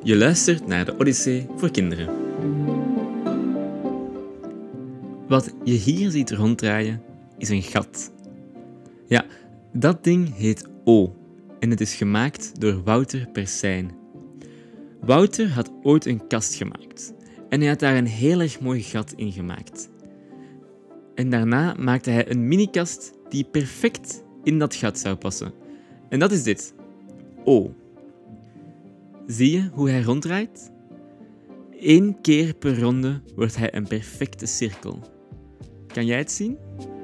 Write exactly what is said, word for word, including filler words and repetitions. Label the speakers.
Speaker 1: Je luistert naar de Odyssee voor kinderen. Wat je hier ziet ronddraaien is een gat. Ja, dat ding heet O en het is gemaakt door Wouter Persijn. Wouter had ooit een kast gemaakt en hij had daar een heel erg mooi gat in gemaakt. En daarna maakte hij een minikast die perfect in dat gat zou passen. En dat is dit. O. Zie je hoe hij ronddraait? Eén keer per ronde wordt hij een perfecte cirkel. Kan jij het zien?